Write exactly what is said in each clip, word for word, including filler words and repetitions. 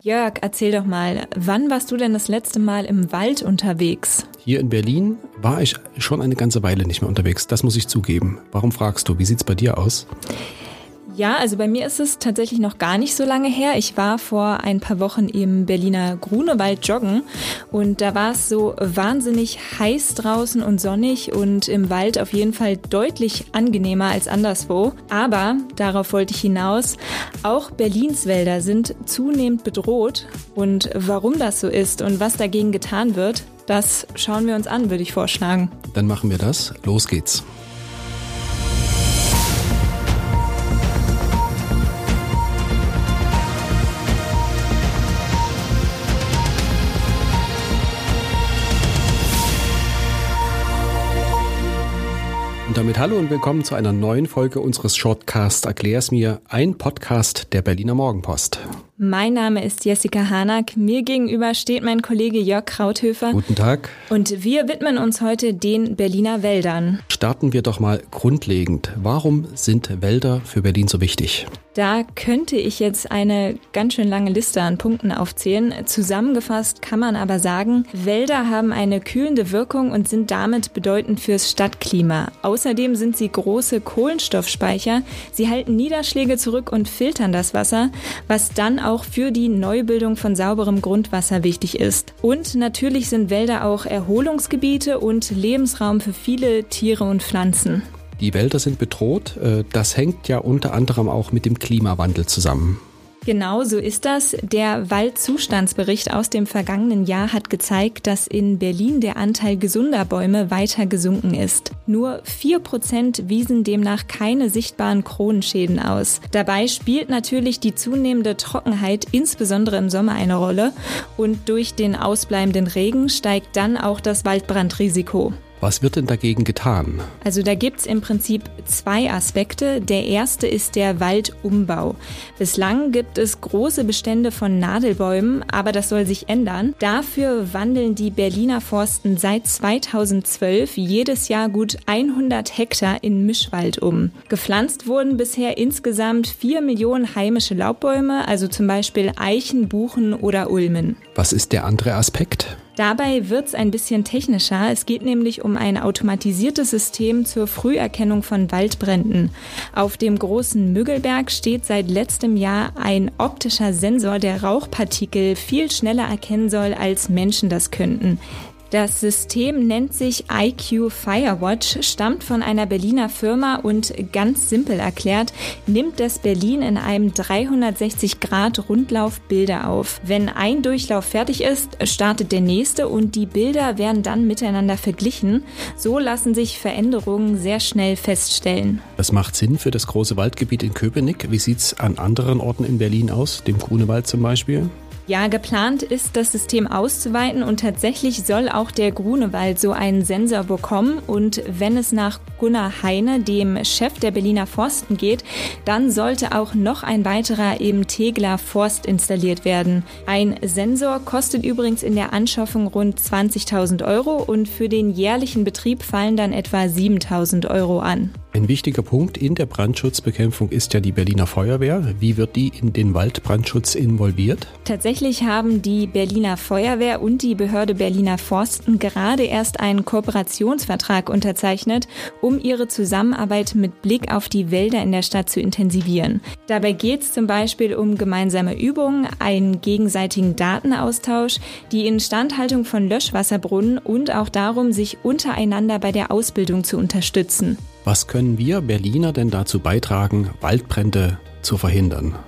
Jörg, erzähl doch mal, wann warst du denn das letzte Mal im Wald unterwegs? Hier in Berlin war ich schon eine ganze Weile nicht mehr unterwegs, das muss ich zugeben. Warum fragst du, wie sieht's bei dir aus? Ja, also bei mir ist es tatsächlich noch gar nicht so lange her. Ich war vor ein paar Wochen im Berliner Grunewald joggen und da war es so wahnsinnig heiß draußen und sonnig und im Wald auf jeden Fall deutlich angenehmer als anderswo. Aber, darauf wollte ich hinaus, auch Berlins Wälder sind zunehmend bedroht und warum das so ist und was dagegen getan wird, das schauen wir uns an, würde ich vorschlagen. Dann machen wir das. Los geht's. Und damit hallo und willkommen zu einer neuen Folge unseres Shortcast Erklär's mir, ein Podcast der Berliner Morgenpost. Mein Name ist Jessica Hanack, mir gegenüber steht mein Kollege Jörg Krauthöfer. Guten Tag. Und wir widmen uns heute den Berliner Wäldern. Starten wir doch mal grundlegend. Warum sind Wälder für Berlin so wichtig? Da könnte ich jetzt eine ganz schön lange Liste an Punkten aufzählen. Zusammengefasst kann man aber sagen, Wälder haben eine kühlende Wirkung und sind damit bedeutend fürs Stadtklima. Außerdem sind sie große Kohlenstoffspeicher. Sie halten Niederschläge zurück und filtern das Wasser, was dann auch für die Neubildung von sauberem Grundwasser wichtig ist. Und natürlich sind Wälder auch Erholungsgebiete und Lebensraum für viele Tiere und Pflanzen. Die Wälder sind bedroht. Das hängt ja unter anderem auch mit dem Klimawandel zusammen. Genau so ist das. Der Waldzustandsbericht aus dem vergangenen Jahr hat gezeigt, dass in Berlin der Anteil gesunder Bäume weiter gesunken ist. Nur vier Prozent wiesen demnach keine sichtbaren Kronenschäden aus. Dabei spielt natürlich die zunehmende Trockenheit insbesondere im Sommer eine Rolle und durch den ausbleibenden Regen steigt dann auch das Waldbrandrisiko. Was wird denn dagegen getan? Also da gibt's im Prinzip zwei Aspekte. Der erste ist der Waldumbau. Bislang gibt es große Bestände von Nadelbäumen, aber das soll sich ändern. Dafür wandeln die Berliner Forsten seit zweitausendzwölf jedes Jahr gut hundert Hektar in Mischwald um. Gepflanzt wurden bisher insgesamt vier Millionen heimische Laubbäume, also zum Beispiel Eichen, Buchen oder Ulmen. Was ist der andere Aspekt? Dabei wird's ein bisschen technischer. Es geht nämlich um ein automatisiertes System zur Früherkennung von Waldbränden. Auf dem großen Müggelberg steht seit letztem Jahr ein optischer Sensor, der Rauchpartikel viel schneller erkennen soll, als Menschen das könnten. Das System nennt sich I Q Firewatch, stammt von einer Berliner Firma und ganz simpel erklärt, nimmt das Berlin in einem dreihundertsechzig Grad Rundlauf Bilder auf. Wenn ein Durchlauf fertig ist, startet der nächste und die Bilder werden dann miteinander verglichen. So lassen sich Veränderungen sehr schnell feststellen. Das macht Sinn für das große Waldgebiet in Köpenick. Wie sieht's an anderen Orten in Berlin aus, dem Grunewald zum Beispiel? Ja, geplant ist, das System auszuweiten und tatsächlich soll auch der Grunewald so einen Sensor bekommen und wenn es nach Gunnar Heine, dem Chef der Berliner Forsten geht, dann sollte auch noch ein weiterer im Tegeler Forst installiert werden. Ein Sensor kostet übrigens in der Anschaffung rund zwanzigtausend Euro und für den jährlichen Betrieb fallen dann etwa siebentausend Euro an. Ein wichtiger Punkt in der Brandschutzbekämpfung ist ja die Berliner Feuerwehr. Wie wird die in den Waldbrandschutz involviert? Tatsächlich haben die Berliner Feuerwehr und die Behörde Berliner Forsten gerade erst einen Kooperationsvertrag unterzeichnet, um ihre Zusammenarbeit mit Blick auf die Wälder in der Stadt zu intensivieren. Dabei geht es zum Beispiel um gemeinsame Übungen, einen gegenseitigen Datenaustausch, die Instandhaltung von Löschwasserbrunnen und auch darum, sich untereinander bei der Ausbildung zu unterstützen. Was können wir Berliner denn dazu beitragen, Waldbrände zu verhindern?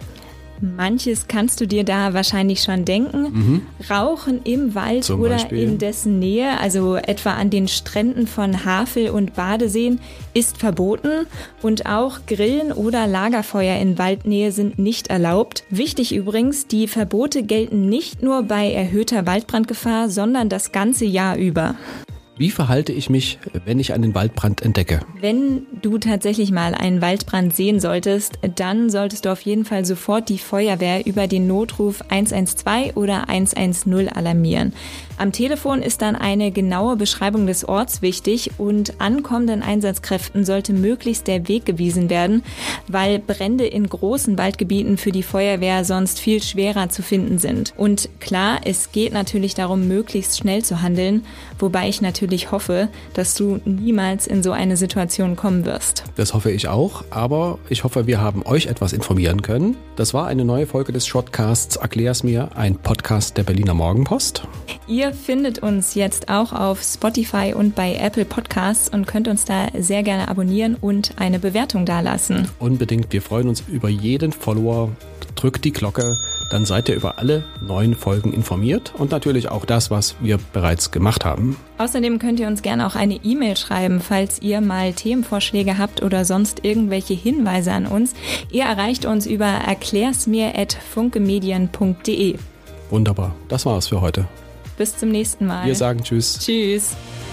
Manches kannst du dir da wahrscheinlich schon denken. Mhm. Rauchen im Wald Zum oder Beispiel? in dessen Nähe, also etwa an den Stränden von Havel und Badeseen, ist verboten. Und auch Grillen oder Lagerfeuer in Waldnähe sind nicht erlaubt. Wichtig übrigens, die Verbote gelten nicht nur bei erhöhter Waldbrandgefahr, sondern das ganze Jahr über. Wie verhalte ich mich, wenn ich einen Waldbrand entdecke? Wenn du tatsächlich mal einen Waldbrand sehen solltest, dann solltest du auf jeden Fall sofort die Feuerwehr über den Notruf eins eins zwei oder eins eins null alarmieren. Am Telefon ist dann eine genaue Beschreibung des Orts wichtig und ankommenden Einsatzkräften sollte möglichst der Weg gewiesen werden, weil Brände in großen Waldgebieten für die Feuerwehr sonst viel schwerer zu finden sind. Und klar, es geht natürlich darum, möglichst schnell zu handeln, wobei ich natürlich Ich hoffe, dass du niemals in so eine Situation kommen wirst. Das hoffe ich auch, aber ich hoffe, wir haben euch etwas informieren können. Das war eine neue Folge des Shortcasts Erklär's mir, ein Podcast der Berliner Morgenpost. Ihr findet uns jetzt auch auf Spotify und bei Apple Podcasts und könnt uns da sehr gerne abonnieren und eine Bewertung dalassen. Unbedingt, wir freuen uns über jeden Follower. Drückt die Glocke, dann seid ihr über alle neuen Folgen informiert und natürlich auch das, was wir bereits gemacht haben. Außerdem könnt ihr uns gerne auch eine E-Mail schreiben, falls ihr mal Themenvorschläge habt oder sonst irgendwelche Hinweise an uns. Ihr erreicht uns über erklärsmir at funkemedien punkt de. Wunderbar, das war's für heute. Bis zum nächsten Mal. Wir sagen Tschüss. Tschüss.